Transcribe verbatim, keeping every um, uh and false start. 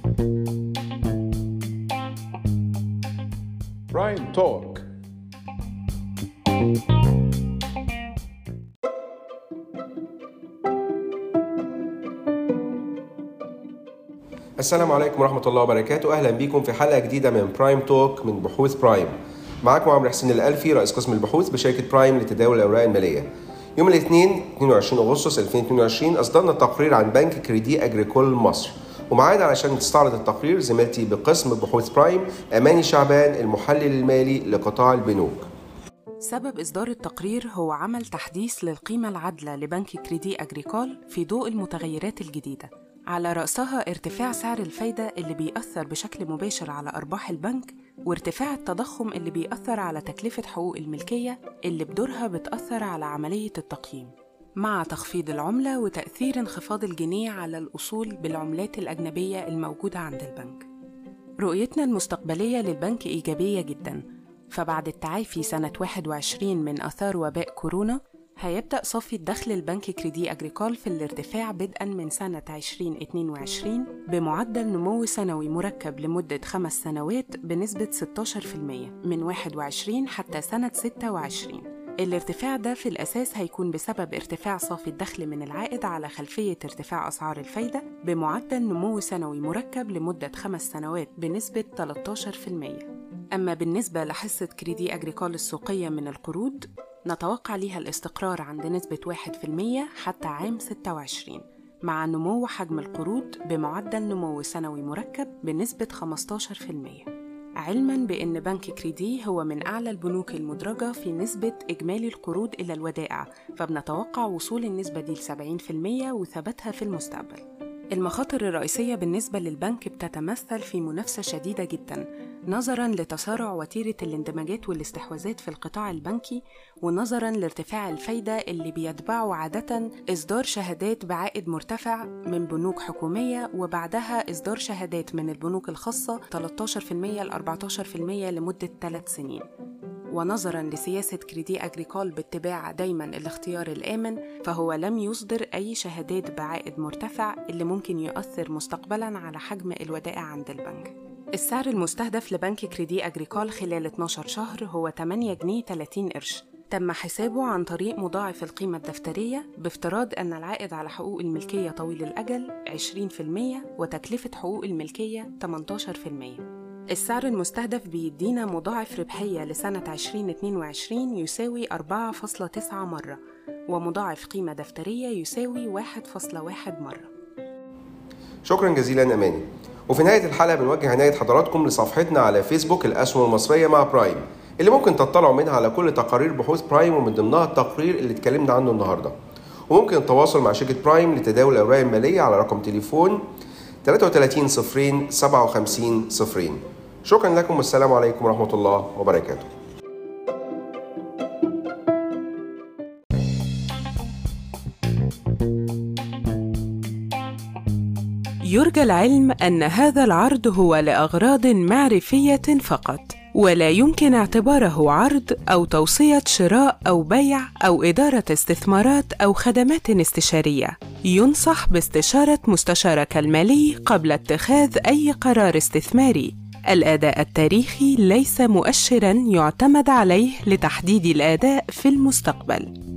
برايم توك. السلام عليكم ورحمة الله وبركاته. أهلا بكم في حلقة جديدة من برايم توك من بحوث برايم. معاكم عمرو حسين الألفي، رئيس قسم البحوث بشركة برايم لتداول الأوراق المالية. يوم الاثنين اثنين وعشرين أغسطس ألفين واثنين وعشرين أصدرنا تقرير عن بنك كريدي أجريكول مصر، ومعانا علشان تستعرض التقرير زميلتي بقسم بحوث برايم أماني شعبان، المحلل المالي لقطاع البنوك. سبب إصدار التقرير هو عمل تحديث للقيمة العادلة لبنك كريدي أجريكول في ضوء المتغيرات الجديدة، على رأسها ارتفاع سعر الفايدة اللي بيأثر بشكل مباشر على أرباح البنك، وارتفاع التضخم اللي بيأثر على تكلفة حقوق الملكية اللي بدورها بتأثر على عملية التقييم، مع تخفيض العملة وتأثير انخفاض الجنيه على الأصول بالعملات الأجنبية الموجودة عند البنك. رؤيتنا المستقبلية للبنك إيجابية جداً، فبعد التعافي سنة واحد وعشرين من آثار وباء كورونا، هيبدأ صافي الدخل البنك كريدي أجريكول في الارتفاع بدءاً من سنة عشرين اثنين وعشرين بمعدل نمو سنوي مركب لمدة خمس سنوات بنسبة ستة عشر بالمئة من واحد وعشرين حتى سنة ستة وعشرين. الارتفاع ده في الأساس هيكون بسبب ارتفاع صافي الدخل من العائد على خلفية ارتفاع أسعار الفايدة بمعدل نمو سنوي مركب لمدة خمس سنوات بنسبة ثلاثة عشر بالمئة. أما بالنسبة لحصة كريدي أجريكول السوقية من القروض، نتوقع ليها الاستقرار عند نسبة واحد بالمئة حتى عام ستة وعشرين، مع نمو حجم القروض بمعدل نمو سنوي مركب بنسبة خمسة عشر بالمئة، علماً بأن بنك كريدي هو من أعلى البنوك المدرجة في نسبة إجمالي القروض إلى الودائع، فبنتوقع وصول النسبة دي ل سبعين بالمئة وثباتها في المستقبل. المخاطر الرئيسية بالنسبة للبنك بتتمثل في منافسة شديدة جداً، نظراً لتسارع وتيرة الاندماجات والاستحواذات في القطاع البنكي، ونظراً لارتفاع الفايدة اللي بيتبعه عادة إصدار شهادات بعائد مرتفع من بنوك حكومية، وبعدها إصدار شهادات من البنوك الخاصة ثلاثة عشر بالمئة ل أربعة عشر بالمئة لمدة ثلاث سنين. ونظراً لسياسة كريدي أجريكول باتباع دايماً الاختيار الآمن، فهو لم يصدر أي شهادات بعائد مرتفع اللي ممكن يؤثر مستقبلاً على حجم الودائع عند البنك. السعر المستهدف لبنك كريدي أجريكول خلال اثناشر شهر هو ثمانية جنيه ثلاثين قرش، تم حسابه عن طريق مضاعف القيمة الدفترية بافتراض أن العائد على حقوق الملكية طويل الأجل عشرين بالمئة وتكلفة حقوق الملكية ثمانية عشر بالمئة. السعر المستهدف بيدينا مضاعف ربحية لسنة عشرين اثنين وعشرين يساوي أربعة فاصلة تسعة مرة، ومضاعف قيمة دفترية يساوي واحد فاصلة واحد مرة. شكرا جزيلا أماني. وفي نهاية الحلقة بنوجه عناية حضراتكم لصفحتنا على فيسبوك الأسهم المصرية مع برايم، اللي ممكن تطلعوا منها على كل تقارير بحوث برايم، ومن ضمنها التقرير اللي اتكلمنا عنه النهاردة. وممكن التواصل مع شركة برايم لتداول الأوراق المالية على رقم تليفون ثلاثة وثلاثين صفرين سبعة وخمسين صفرين. شكرا لكم والسلام عليكم ورحمة الله وبركاته. يرجى العلم أن هذا العرض هو لأغراض معرفية فقط، ولا يمكن اعتباره عرض أو توصية شراء أو بيع أو إدارة استثمارات أو خدمات استشارية. ينصح باستشارة مستشارك المالي قبل اتخاذ أي قرار استثماري. الأداء التاريخي ليس مؤشراً يعتمد عليه لتحديد الأداء في المستقبل.